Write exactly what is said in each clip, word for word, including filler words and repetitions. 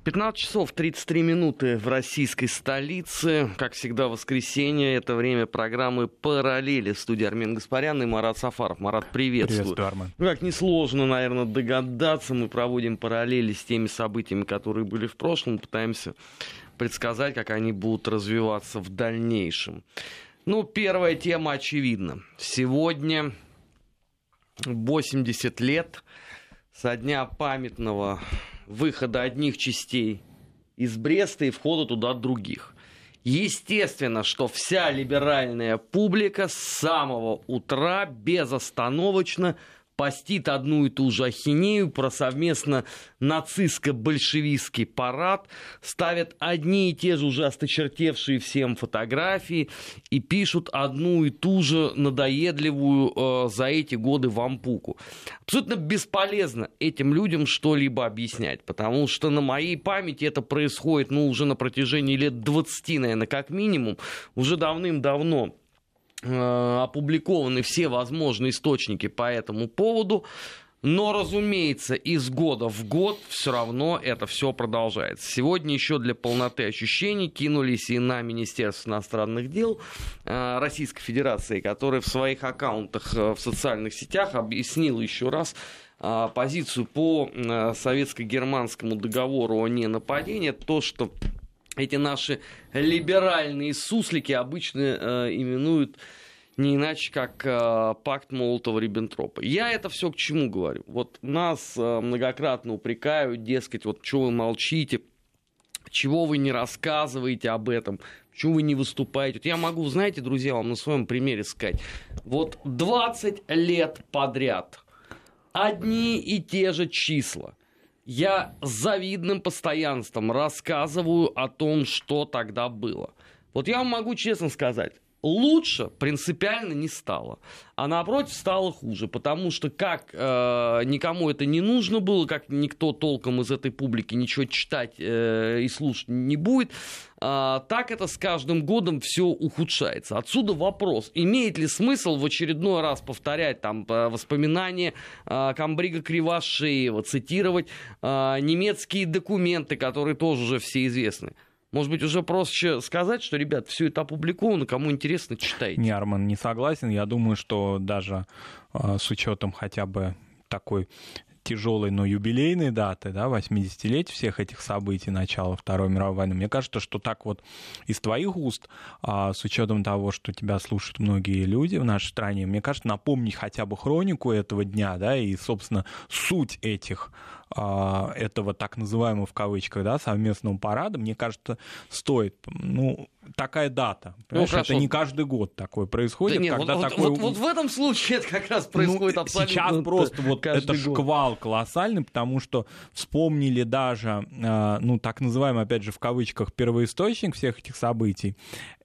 пятнадцать часов тридцать три минуты в российской столице. Как всегда, воскресенье. Это время программы «Параллели». В студии Армен Гаспарян и Марат Сафаров. Марат, приветствую. Приветствую, Армен. Ну, как несложно, наверное, догадаться, мы проводим параллели с теми событиями, которые были в прошлом. Пытаемся предсказать, как они будут развиваться в дальнейшем. Ну, первая тема очевидна. Сегодня восемьдесят лет со дня памятного выхода одних частей из Бреста и входа туда других. Естественно, что вся либеральная публика с самого утра безостановочно постит одну и ту же ахинею про совместно нацистско-большевистский парад, ставят одни и те же уже осточертевшие всем фотографии и пишут одну и ту же надоедливую э, за эти годы вампуку. Абсолютно бесполезно этим людям что-либо объяснять, потому что на моей памяти это происходит, ну, уже на протяжении лет двадцати, наверное, как минимум, уже давным-давно опубликованы все возможные источники по этому поводу, но, разумеется, из года в год все равно это все продолжается. Сегодня еще для полноты ощущений кинулись и на Министерство иностранных дел Российской Федерации, которое в своих аккаунтах в социальных сетях объяснило еще раз позицию по советско-германскому договору о ненападении, то, что эти наши либеральные суслики обычно э, именуют не иначе, как э, пакт Молотова-Риббентропа. Я это все к чему говорю? Вот нас э, многократно упрекают, дескать, вот что вы молчите, чего вы не рассказываете об этом, почему вы не выступаете. Вот я могу, знаете, друзья, вам на своем примере сказать, вот двадцать лет подряд одни и те же числа. Я с завидным постоянством рассказываю о том, что тогда было. Вот я вам могу честно сказать, лучше принципиально не стало, а напротив стало хуже, потому что как э, никому это не нужно было, как никто толком из этой публики ничего читать э, и слушать не будет, э, так это с каждым годом все ухудшается. Отсюда вопрос, имеет ли смысл в очередной раз повторять там воспоминания э, комбрига Кривошеева, цитировать э, немецкие документы, которые тоже уже все известны. Может быть, уже проще сказать, что, ребят, все это опубликовано, кому интересно, читайте. Не, Арман, не согласен. Я думаю, что даже э, с учетом хотя бы такой тяжелой, но юбилейной даты, да, восьмидесятилетия всех этих событий начала Второй мировой войны, мне кажется, что так вот из твоих уст, а, с учетом того, что тебя слушают многие люди в нашей стране, мне кажется, напомнить хотя бы хронику этого дня, да, и, собственно, суть этих а, этого так называемого в кавычках, да, совместного парада, мне кажется, стоит. Ну, такая дата. Ну, это не каждый год такое происходит. Да нет, когда вот, такое... вот, вот в этом случае это как раз происходит ну, абсолютно сейчас просто вот это год. Шквал колоссальный, потому что вспомнили даже, ну, так называемый, опять же, в кавычках, первоисточник всех этих событий,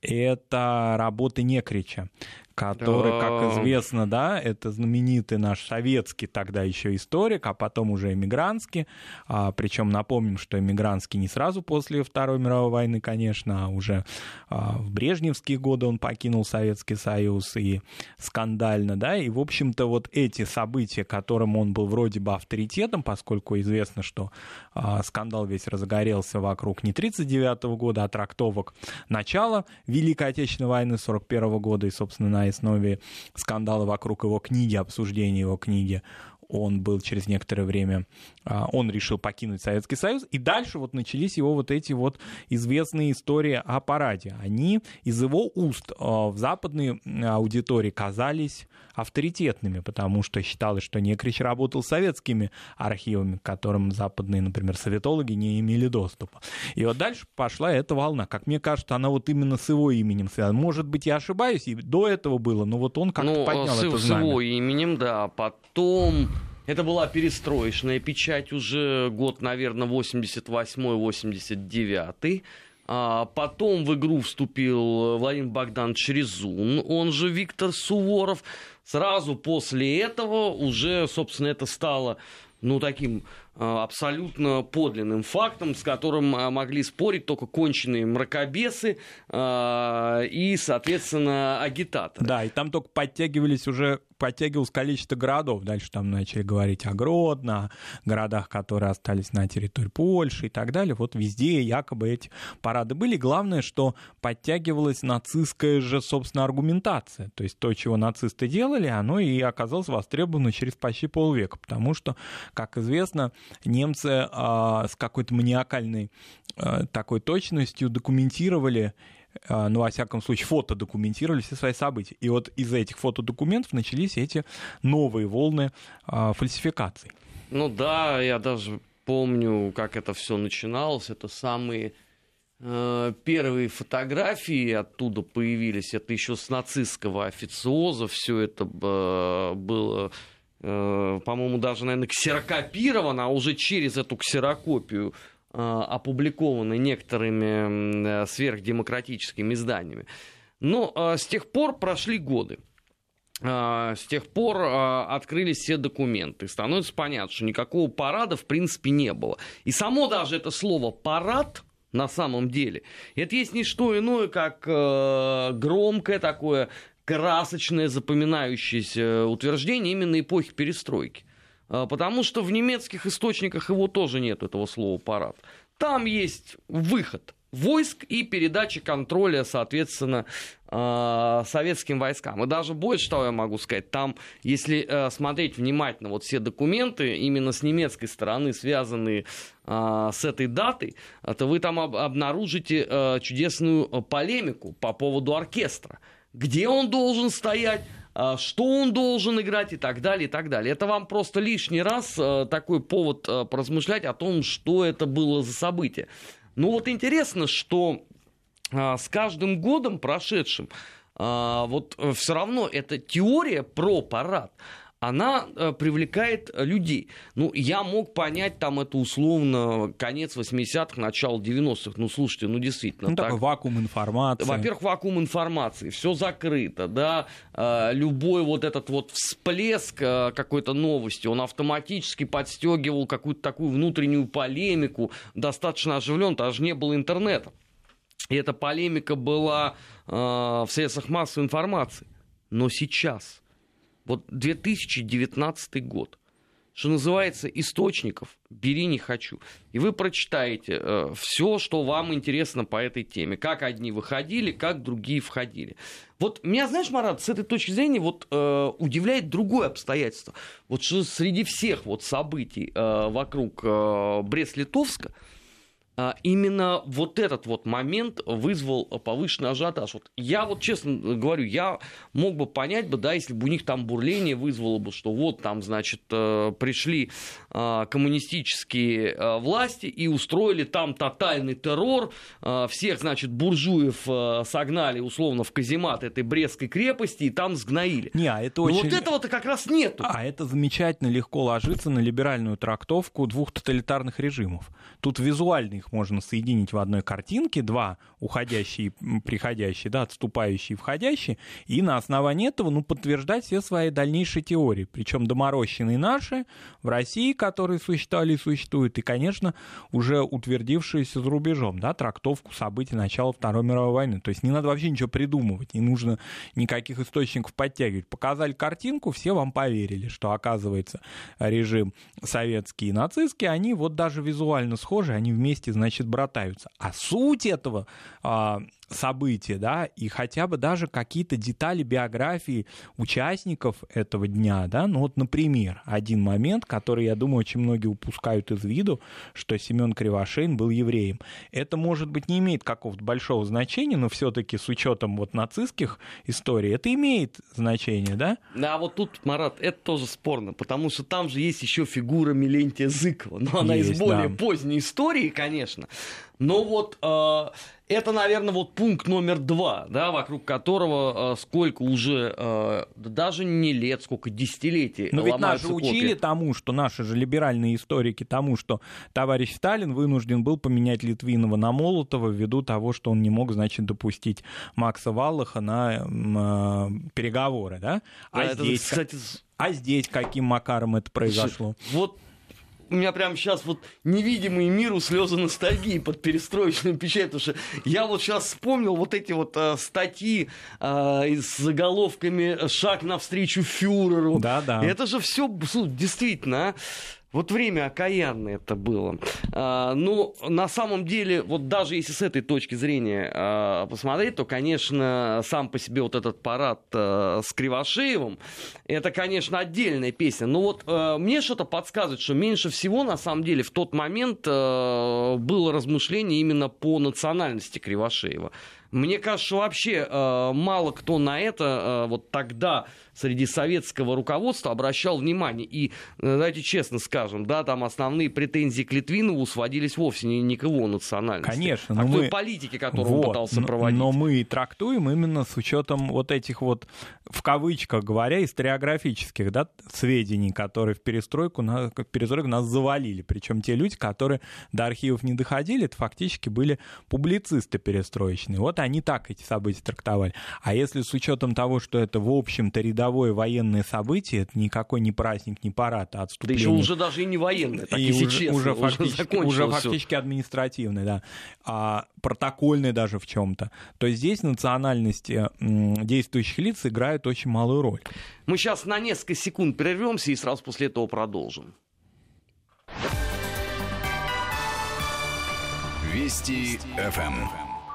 это работы Некрича, который, как известно, да, это знаменитый наш советский тогда еще историк, а потом уже эмигрантский. А, причем напомним, что эмигрантский не сразу после Второй мировой войны, конечно, а уже а, в брежневские годы он покинул Советский Союз, и скандально, да, и, в общем-то, вот эти события, которым он был вроде бы авторитетом, поскольку известно, что а, скандал весь разгорелся вокруг не тридцать девятого года, а трактовок начала Великой Отечественной войны сорок первого года, и, собственно, на основе скандала вокруг его книги, обсуждения его книги, он был через некоторое время, он решил покинуть Советский Союз, и дальше вот начались его вот эти вот известные истории о параде. Они из его уст в западной аудитории казались авторитетными, потому что считалось, что Некрич работал с советскими архивами, к которым западные, например, советологи не имели доступа. И вот дальше пошла эта волна. Как мне кажется, она вот именно с его именем связана. Может быть, я ошибаюсь, и до этого было, но вот он как-то ну, поднял с, это знамя. С его именем, да. Потом это была перестроечная печать уже год, наверное, восемьдесят восьмой восемьдесят девятый. А потом в игру вступил Владимир Богданович Резун, он же Виктор Суворов. Сразу после этого уже, собственно, это стало, ну, таким абсолютно подлинным фактом, с которым могли спорить только конченые мракобесы и, соответственно, агитаторы. Да, и там только подтягивались уже, подтягивалось количество городов. Дальше там начали говорить о Гродно, о городах, которые остались на территории Польши и так далее. Вот везде якобы эти парады были. Главное, что подтягивалась нацистская же, собственно, аргументация. То есть то, чего нацисты делали, оно и оказалось востребовано через почти полвека. Потому что, как известно, немцы а, с какой-то маниакальной а, такой точностью документировали, а, ну, во всяком случае, фото документировали все свои события. И вот из этих фотодокументов начались эти новые волны а, фальсификаций. Ну да, я даже помню, как это все начиналось. Это самые э, первые фотографии оттуда появились. Это еще с нацистского официоза все это э, было... по-моему, даже, наверное, ксерокопировано, а уже через эту ксерокопию опубликовано некоторыми сверхдемократическими изданиями. Но с тех пор прошли годы. С тех пор открылись все документы. Становится понятно, что никакого парада в принципе не было. И само даже это слово «парад» на самом деле, это есть не что иное, как громкое такое красочное, запоминающееся утверждение именно эпохи перестройки. Потому что в немецких источниках его тоже нет, этого слова «парад». Там есть выход войск и передача контроля, соответственно, советским войскам. И даже больше того я могу сказать, там, если смотреть внимательно вот все документы, именно с немецкой стороны, связанные с этой датой, то вы там обнаружите чудесную полемику по поводу оркестра. Где он должен стоять, что он должен играть и так далее, и так далее. Это вам просто лишний раз такой повод поразмышлять о том, что это было за событие. Ну вот интересно, что с каждым годом прошедшим, вот все равно эта теория про парад, она привлекает людей. Ну, я мог понять, там, это условно конец восьмидесятых, начало девяностых. Ну, слушайте, ну, действительно. Ну, так, такой вакуум информации. Во-первых, вакуум информации, все закрыто, да. Любой вот этот вот всплеск какой-то новости, он автоматически подстегивал какую-то такую внутреннюю полемику, достаточно оживленно, даже не было интернета. И эта полемика была в средствах массовой информации. Но сейчас... Вот две тысячи девятнадцатый год, что называется, источников бери не хочу. И вы прочитаете э, все, что вам интересно по этой теме. Как одни выходили, как другие входили. Вот меня, знаешь, Марат, с этой точки зрения вот, э, удивляет другое обстоятельство. Вот что среди всех вот событий э, вокруг э, Брест-Литовска, именно вот этот вот момент вызвал повышенный ажиотаж. Вот я вот честно говорю, я мог бы понять бы, да, если бы у них там бурление вызвало бы, что вот там, значит, пришли коммунистические власти и устроили там тотальный террор, всех, значит, буржуев согнали условно в каземат этой Брестской крепости и там сгноили. Не, а это Но очень... вот этого-то как раз нету. А это замечательно легко ложится на либеральную трактовку двух тоталитарных режимов. Тут визуально их можно соединить в одной картинке, два уходящие, приходящие, да, отступающие и входящие, и на основании этого, ну, подтверждать все свои дальнейшие теории, причем доморощенные наши в России, которые существовали и существуют, и, конечно, уже утвердившиеся за рубежом, да, трактовку событий начала Второй мировой войны. То есть не надо вообще ничего придумывать, не нужно никаких источников подтягивать. Показали картинку, все вам поверили, что, оказывается, режим советский и нацистский, они вот даже визуально схожи, они вместе, значит, братаются. А суть этого а, события, да, и хотя бы даже какие-то детали биографии участников этого дня, да, ну вот, например, один момент, который, я думаю, очень многие упускают из виду, что Семен Кривошеин был евреем. Это, может быть, не имеет какого-то большого значения, но все-таки с учетом вот нацистских историй это имеет значение, да? Да, вот тут, Марат, это тоже спорно, потому что там же есть еще фигура Милентия Зыкова, но она есть, из более да. поздней истории, конечно. Но вот э, это, наверное, вот пункт номер два, да, вокруг которого э, сколько уже, э, даже не лет, сколько десятилетий. Но ведь нас же учили тому, что наши же либеральные историки, тому, что товарищ Сталин вынужден был поменять Литвинова на Молотова ввиду того, что он не мог, значит, допустить Макса Валлаха на э, переговоры, да? А, да, здесь, это, кстати... а здесь каким макаром это произошло? Вот у меня прямо сейчас вот невидимые миру слезы ностальгии под перестроечную печать, потому что я вот сейчас вспомнил вот эти вот а, статьи а, с заголовками «Шаг навстречу фюреру». Да, да. Это же все действительно, а? Вот время окаянное это было. А, ну, на самом деле, вот даже если с этой точки зрения а, посмотреть, то, конечно, сам по себе вот этот парад а, с Кривошеевым, это, конечно, отдельная песня. Но вот а, мне что-то подсказывает, что меньше всего, на самом деле, в тот момент а, было размышление именно по национальности Кривошеева. Мне кажется, что вообще э, мало кто на это э, вот тогда среди советского руководства обращал внимание. И, э, давайте честно скажем, да, там основные претензии к Литвинову сводились вовсе не, не к его национальности. Конечно. А к той мы... политике, которую вот, он пытался проводить. Но мы трактуем именно с учетом вот этих вот, в кавычках говоря, историографических, да, сведений, которые в перестройку, на, в перестройку нас завалили. Причем те люди, которые до архивов не доходили, это фактически были публицисты перестроечные. Вот они так эти события трактовали. А если с учетом того, что это, в общем-то, рядовое военное событие, это никакой не праздник, не парад, а отступление. Да еще уже даже и не военное, так и если уже, честно, уже, уже фактически, уже фактически административное, да, а, протокольное даже в чем-то, то здесь национальности м, действующих лиц играют очень малую роль. Мы сейчас на несколько секунд прервемся и сразу после этого продолжим. Вести эф эм.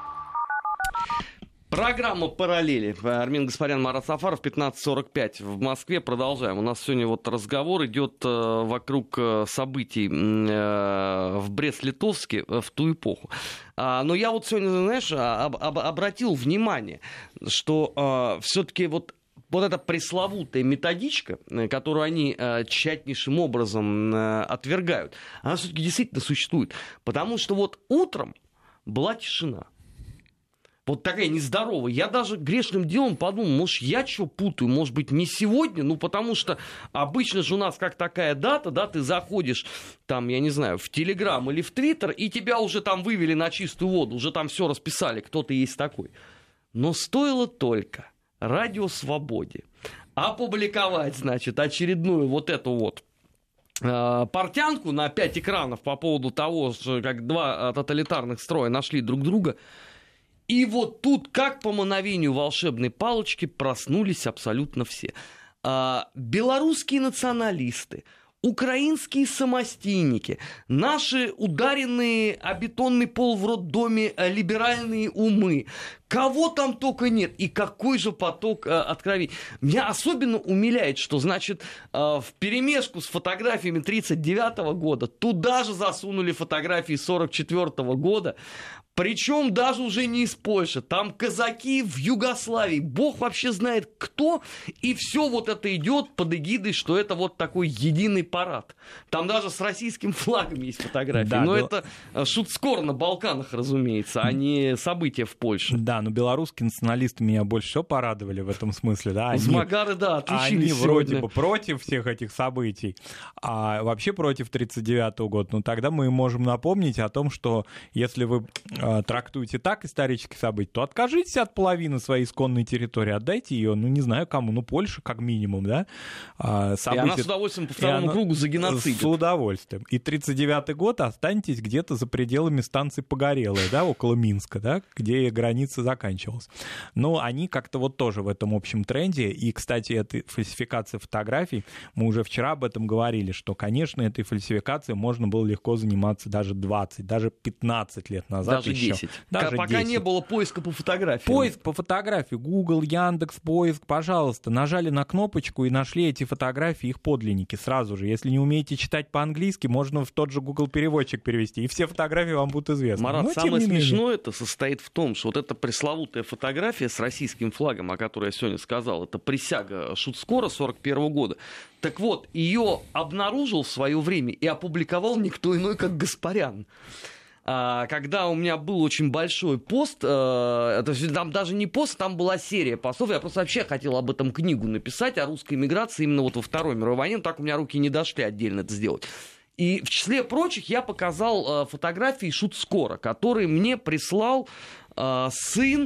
Программа «Параллели». Армен Гаспарян, Марат Сафаров, пятнадцать сорок пять в Москве. Продолжаем. У нас сегодня вот разговор идет вокруг событий в Брест-Литовске в ту эпоху. Но я вот сегодня, знаешь, обратил внимание, что все-таки вот Вот эта пресловутая методичка, которую они э, тщательнейшим образом э, отвергают, она все-таки действительно существует. Потому что вот утром была тишина. Вот такая нездоровая. Я даже грешным делом подумал, может, я что путаю? Может быть, не сегодня? Ну, потому что обычно же у нас как такая дата, да, ты заходишь там, я не знаю, в Телеграм или в Твиттер, и тебя уже там вывели на чистую воду, уже там все расписали, кто ты есть такой. Но стоило только Радио Свободе опубликовать, значит, очередную вот эту вот э, портянку на пять экранов по поводу того, что как два тоталитарных строя нашли друг друга. И вот тут, как по мановению волшебной палочки, проснулись абсолютно все. Э, белорусские националисты, украинские самостийники, наши ударенные о бетонный пол в роддоме либеральные умы, кого там только нет, и какой же поток э, откровений. Меня особенно умиляет, что, значит, э, вперемешку с фотографиями тридцать девятого года туда же засунули фотографии сорок четвёртого года, причем даже уже не из Польши, там казаки в Югославии, бог вообще знает кто, и все вот это идет под эгидой, что это вот такой единый парад. Там даже с российским флагом есть фотографии, да, но бел... это шутскор на Балканах, разумеется, а не события в Польше. Да, но белорусские националисты меня больше всего порадовали в этом смысле, да. Они, Змагары, да, отличились Они сегодня. Вроде бы против всех этих событий, а вообще против тридцать девятого года. Ну, тогда мы можем напомнить о том, что если вы э, трактуете так исторические события, то откажитесь от половины своей исконной территории, отдайте ее, ну, не знаю кому, ну, Польше как минимум, да. А, события... И она с удовольствием по второму кругу за геноцид. С удовольствием. И тридцать девятый год останетесь где-то за пределами станции Погорелая, да, около Минска, да, где граница заканчивалась. Но они как-то вот тоже в этом общем тренде. И, кстати, эта фальсификация фотографий, мы уже вчера об этом говорили, что, конечно, этой фальсификацией можно было легко заниматься даже двадцать, даже пятнадцать лет назад. Даже еще. десять. Даже пока десять. Не было поиска по фотографиям. Поиск по фотографии. Google, Яндекс, поиск, пожалуйста. Нажали на кнопочку и нашли эти фотографии, их подлинники сразу же. Если не умеете читать по-английски, можно в тот же Google переводчик перевести, и все фотографии вам будут известны. Марат, Но, самое смешное менее... это состоит в том, что вот эта пресловутая фотография с российским флагом, о которой я сегодня сказал, это присяга Шутскора сорок первого года. Так вот, ее обнаружил в свое время и опубликовал никто иной, как Гаспарян. Когда у меня был очень большой пост, то есть там даже не пост, там была серия постов, я просто вообще хотел об этом книгу написать, о русской эмиграции именно вот во Второй мировой войне, но так у меня руки не дошли отдельно это сделать. И в числе прочих я показал фотографии Шутскора, которые мне прислал сын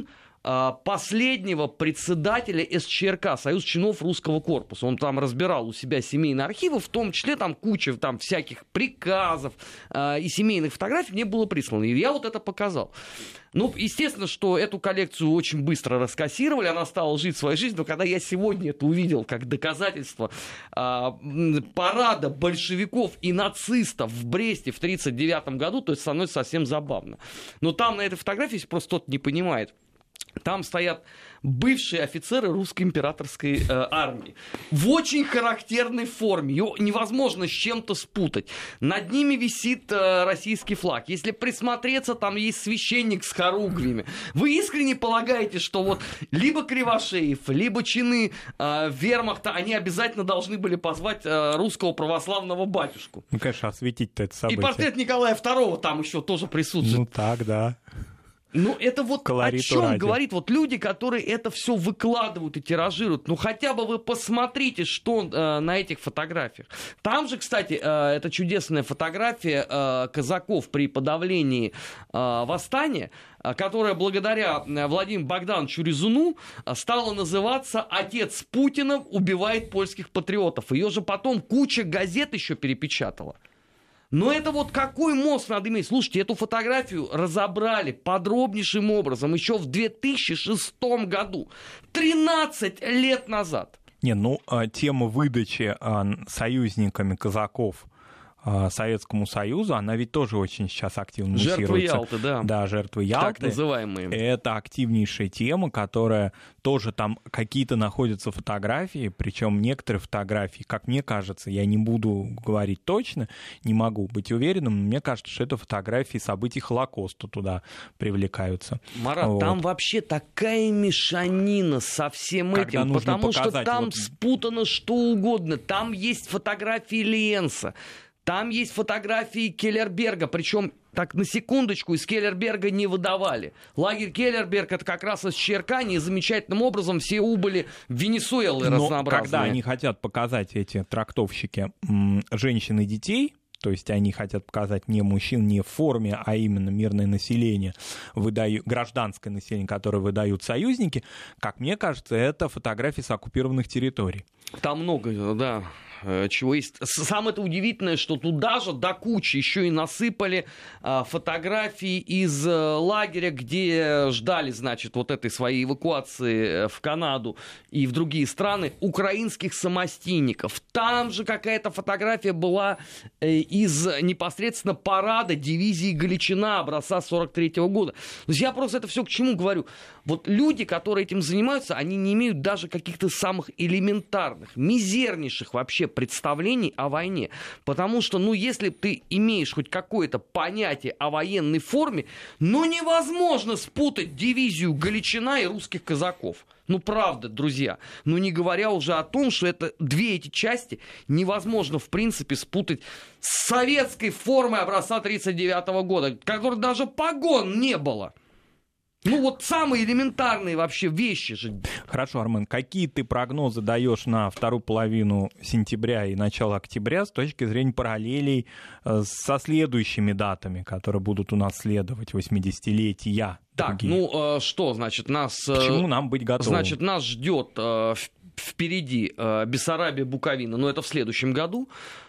последнего председателя эс че эр ка, Союз чинов русского корпуса. Он там разбирал у себя семейные архивы, в том числе там куча там, всяких приказов э, и семейных фотографий мне было прислано. И я вот это показал. Ну, естественно, что эту коллекцию очень быстро раскассировали, она стала жить своей жизнью, но когда я сегодня это увидел как доказательство э, парада большевиков и нацистов в Бресте в тридцать девятом году, то это становится совсем забавно. Но там на этой фотографии, если просто кто-то не понимает, там стоят бывшие офицеры русской императорской э, армии в очень характерной форме. Ее невозможно с чем-то спутать. Над ними висит э, российский флаг. Если присмотреться, там есть священник с хоругвями. Вы искренне полагаете, что вот либо Кривошеев, либо чины э, вермахта, они обязательно должны были позвать э, русского православного батюшку? Ну, конечно, осветить-то это событие. И портрет Николая второго там еще тоже присутствует. Ну так, да. Ну, это вот Колориту о чем ради. говорит вот люди, которые это все выкладывают и тиражируют. Ну, хотя бы вы посмотрите, что э, на этих фотографиях. Там же, кстати, э, это чудесная фотография э, казаков при подавлении э, восстания, э, которая благодаря э, Владимиру Богдановичу Резуну э, стала называться «Отец Путина убивает польских патриотов». Ее же потом куча газет еще перепечатала. Но это вот какой мозг надо иметь? Слушайте, эту фотографию разобрали подробнейшим образом еще в две тысячи шестом году. тринадцать лет назад. Не, ну, тема выдачи союзниками казаков Советскому Союзу, она ведь тоже очень сейчас активно муссируется. Жертвы Ялты, да. Да, жертвы Ялты. Так называемые. Это активнейшая тема, которая тоже там какие-то находятся фотографии, причем некоторые фотографии, как мне кажется, я не буду говорить точно, не могу быть уверенным, но мне кажется, что это фотографии событий Холокоста туда привлекаются. Марат, вот. Там вообще такая мешанина со всем Когда этим, потому что там вот... спутано что угодно. Там есть фотографии Ленца, там есть фотографии Келлерберга, причем, так, на секундочку, из Келлерберга не выдавали. Лагерь Келлерберг — это как раз из че эр ка, и замечательным образом все убыли в Венесуэлы разнообразные. Но когда они хотят показать, эти трактовщики, женщин и детей, то есть они хотят показать не мужчин, не в форме, а именно мирное население, выдаю, гражданское население, которое выдают союзники, как мне кажется, это фотографии с оккупированных территорий. Там много, да, чего есть. Самое-то удивительное, что туда же до кучи еще и насыпали а, фотографии из а, лагеря, где ждали, значит, вот этой своей эвакуации в Канаду и в другие страны украинских самостийников. Там же какая-то фотография была э, из непосредственно парада дивизии Галичина образца сорок третьего года. То есть я просто это все к чему говорю. Вот люди, которые этим занимаются, они не имеют даже каких-то самых элементарных, мизернейших вообще представлений о войне. Потому что, ну, если ты имеешь хоть какое-то понятие о военной форме, ну, невозможно спутать дивизию Галичина и русских казаков. Ну, правда, друзья. Ну, не говоря уже о том, что это две эти части невозможно, в принципе, спутать с советской формой образца тридцать девятого года, которой даже погон не было. Ну, вот самые элементарные вообще вещи же. Хорошо, Армен, какие ты прогнозы даешь на вторую половину сентября и начало октября с точки зрения параллелей со следующими датами, которые будут у нас следовать, восьмидесятилетия? Так, другие? ну, э, что, значит, нас... К чему нам быть готовым? Значит, нас ждет э, впереди э, Бессарабия, Буковина, но это в следующем году.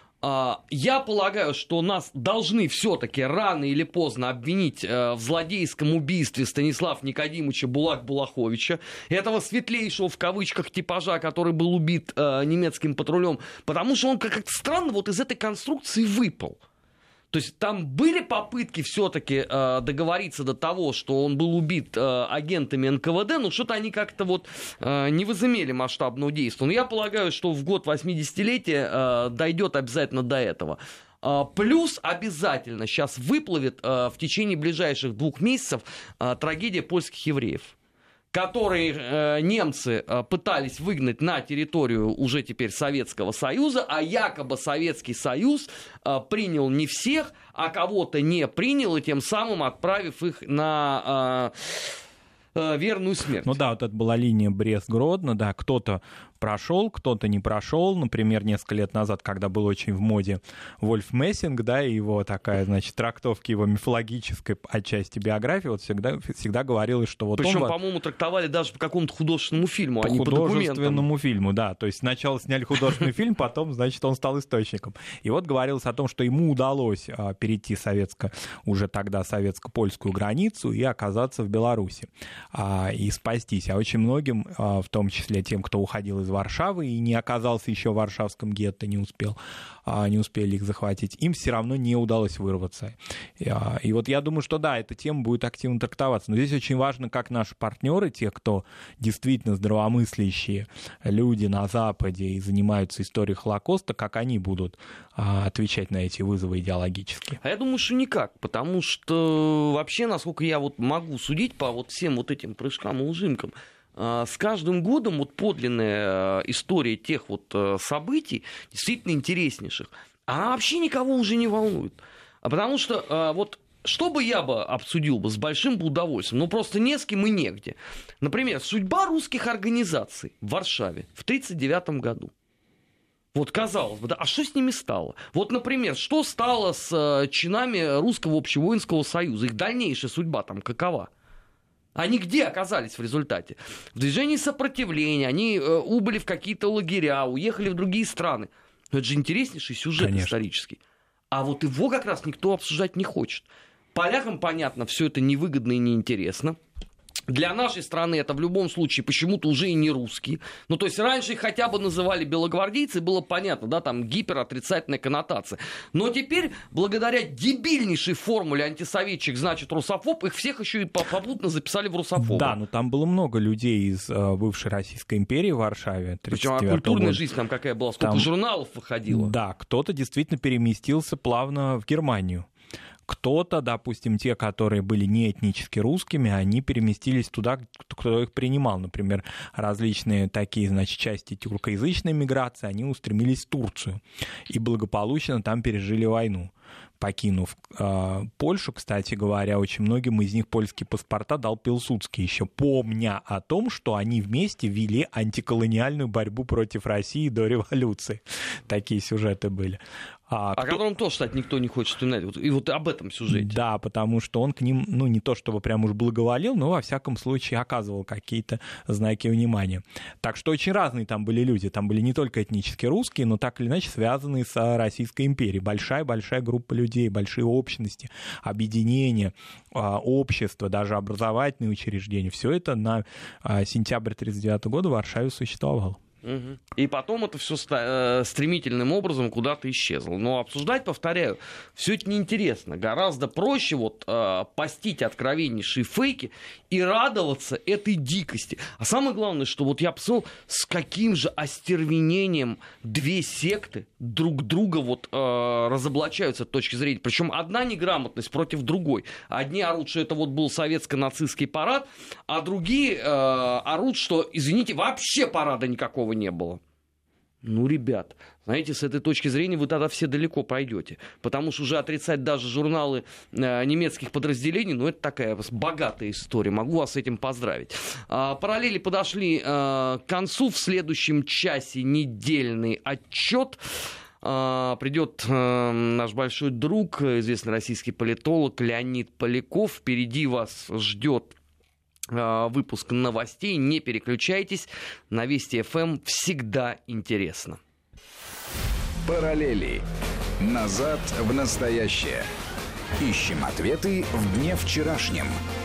Я полагаю, что нас должны все-таки рано или поздно обвинить в злодейском убийстве Станислава Никодимовича Булак-Булаховича, этого светлейшего в кавычках типажа, который был убит немецким патрулем, потому что он как-то странно вот из этой конструкции выпал. То есть там были попытки все-таки э, договориться до того, что он был убит э, агентами эн ка вэ дэ, но что-то они как-то вот э, не возымели масштабного действия. Но я полагаю, что в год восьмидесятилетия э, дойдет обязательно до этого. Э, плюс обязательно сейчас выплывет э, в течение ближайших двух месяцев э, трагедия польских евреев, которые э, немцы э, пытались выгнать на территорию уже теперь Советского Союза, а якобы Советский Союз э, принял не всех, а кого-то не принял, и тем самым отправив их на... Э, верную смерть. Ну да, вот это была линия Брест-Гродно, да, кто-то прошел, кто-то не прошел. Например, несколько лет назад, когда был очень в моде Вольф Мессинг, да, и его такая, значит, трактовки его мифологической отчасти биографии, вот всегда, всегда говорилось, что вот Причем, он... по-моему, трактовали даже по какому-то художественному фильму, по а не по художественному документам. фильму, да. То есть сначала сняли художественный фильм, потом, значит, он стал источником. И вот говорилось о том, что ему удалось а, перейти советско, уже тогда советско-польскую границу и оказаться в Беларуси а, и спастись. А очень многим, а, в том числе тем, кто уходил из Варшавы и не оказался еще в варшавском гетто, не успел, а, не успели их захватить, им все равно не удалось вырваться. И, а, и вот я думаю, что да, эта тема будет активно трактоваться. Но здесь очень важно, как наши партнеры, те, кто действительно здравомыслящие люди на Западе и занимаются историей Холокоста, как они будут а, отвечать на эти вызовы идеологические. А я думаю, что никак, потому что вообще, насколько я вот могу судить по вот всем вот этим прыжкам и ужимкам, с каждым годом вот подлинная история тех вот событий действительно интереснейших, она вообще никого уже не волнует. Потому что вот что бы я бы обсудил бы с большим бы удовольствием, ну просто не с кем и негде. Например, судьба русских организаций в Варшаве в тридцать девятом году. Вот, казалось бы, да, а что с ними стало? Вот, например, что стало с чинами Русского общевоинского союза? Их дальнейшая судьба там какова? Они где оказались в результате? В движении сопротивления, они э, убыли в какие-то лагеря, уехали в другие страны. Но это же интереснейший сюжет Конечно. Исторический. А вот его как раз никто обсуждать не хочет. Полякам, понятно, все это невыгодно и неинтересно. Для нашей страны это в любом случае почему-то уже и не русские. Ну, то есть раньше их хотя бы называли белогвардейцы, было понятно, да, там гиперотрицательная коннотация. Но теперь, благодаря дебильнейшей формуле антисоветчик, значит, русофоб, их всех еще и попутно записали в русофобы. Да, но там было много людей из э, бывшей Российской империи в Варшаве. Причем а культурная жизнь там какая была, сколько там, журналов выходило. Да, кто-то действительно переместился плавно в Германию. Кто-то, допустим, те, которые были не этнически русскими, они переместились туда, кто их принимал. Например, различные такие, значит, части тюркоязычной миграции, они устремились в Турцию и благополучно там пережили войну. Покинув э, Польшу, кстати говоря, очень многим из них польские паспорта дал Пилсудский, еще помня о том, что они вместе вели антиколониальную борьбу против России до революции. Такие сюжеты были. А, о кто... котором тоже, кстати, никто не хочет вспоминать. Вот, и вот об этом сюжете. Да, потому что он к ним, ну, не то чтобы прям уж благоволил, но, во всяком случае, оказывал какие-то знаки внимания. Так что очень разные там были люди. Там были не только этнически русские, но так или иначе связанные с Российской империей. Большая-большая группа людей, большие общности, объединения, общества, даже образовательные учреждения. Все это на сентябрь тридцать девятого года в Варшаве существовало. Угу. И потом это все стремительным образом куда-то исчезло. Но обсуждать, повторяю, все это неинтересно. Гораздо проще вот э, постить откровеннейшие фейки и радоваться этой дикости. А самое главное, что вот я посмотрел, с каким же остервенением две секты друг друга вот э, разоблачаются с точки зрения. Причем одна неграмотность против другой. Одни орут, что это вот был советско-нацистский парад, а другие э, орут, что, извините, вообще парада никакого не было. Ну, ребят, знаете, с этой точки зрения вы тогда все далеко пойдете. Потому что уже отрицать даже журналы э, немецких подразделений, ну, это такая богатая история. Могу вас с этим поздравить. А, параллели подошли э, к концу. В следующем часе недельный отчет. А, придет э, наш большой друг, известный российский политолог Леонид Поляков. Впереди вас ждет выпуск новостей. Не переключайтесь. На Вести эф эм всегда интересно. Параллели. Назад в настоящее. Ищем ответы в дне вчерашнем.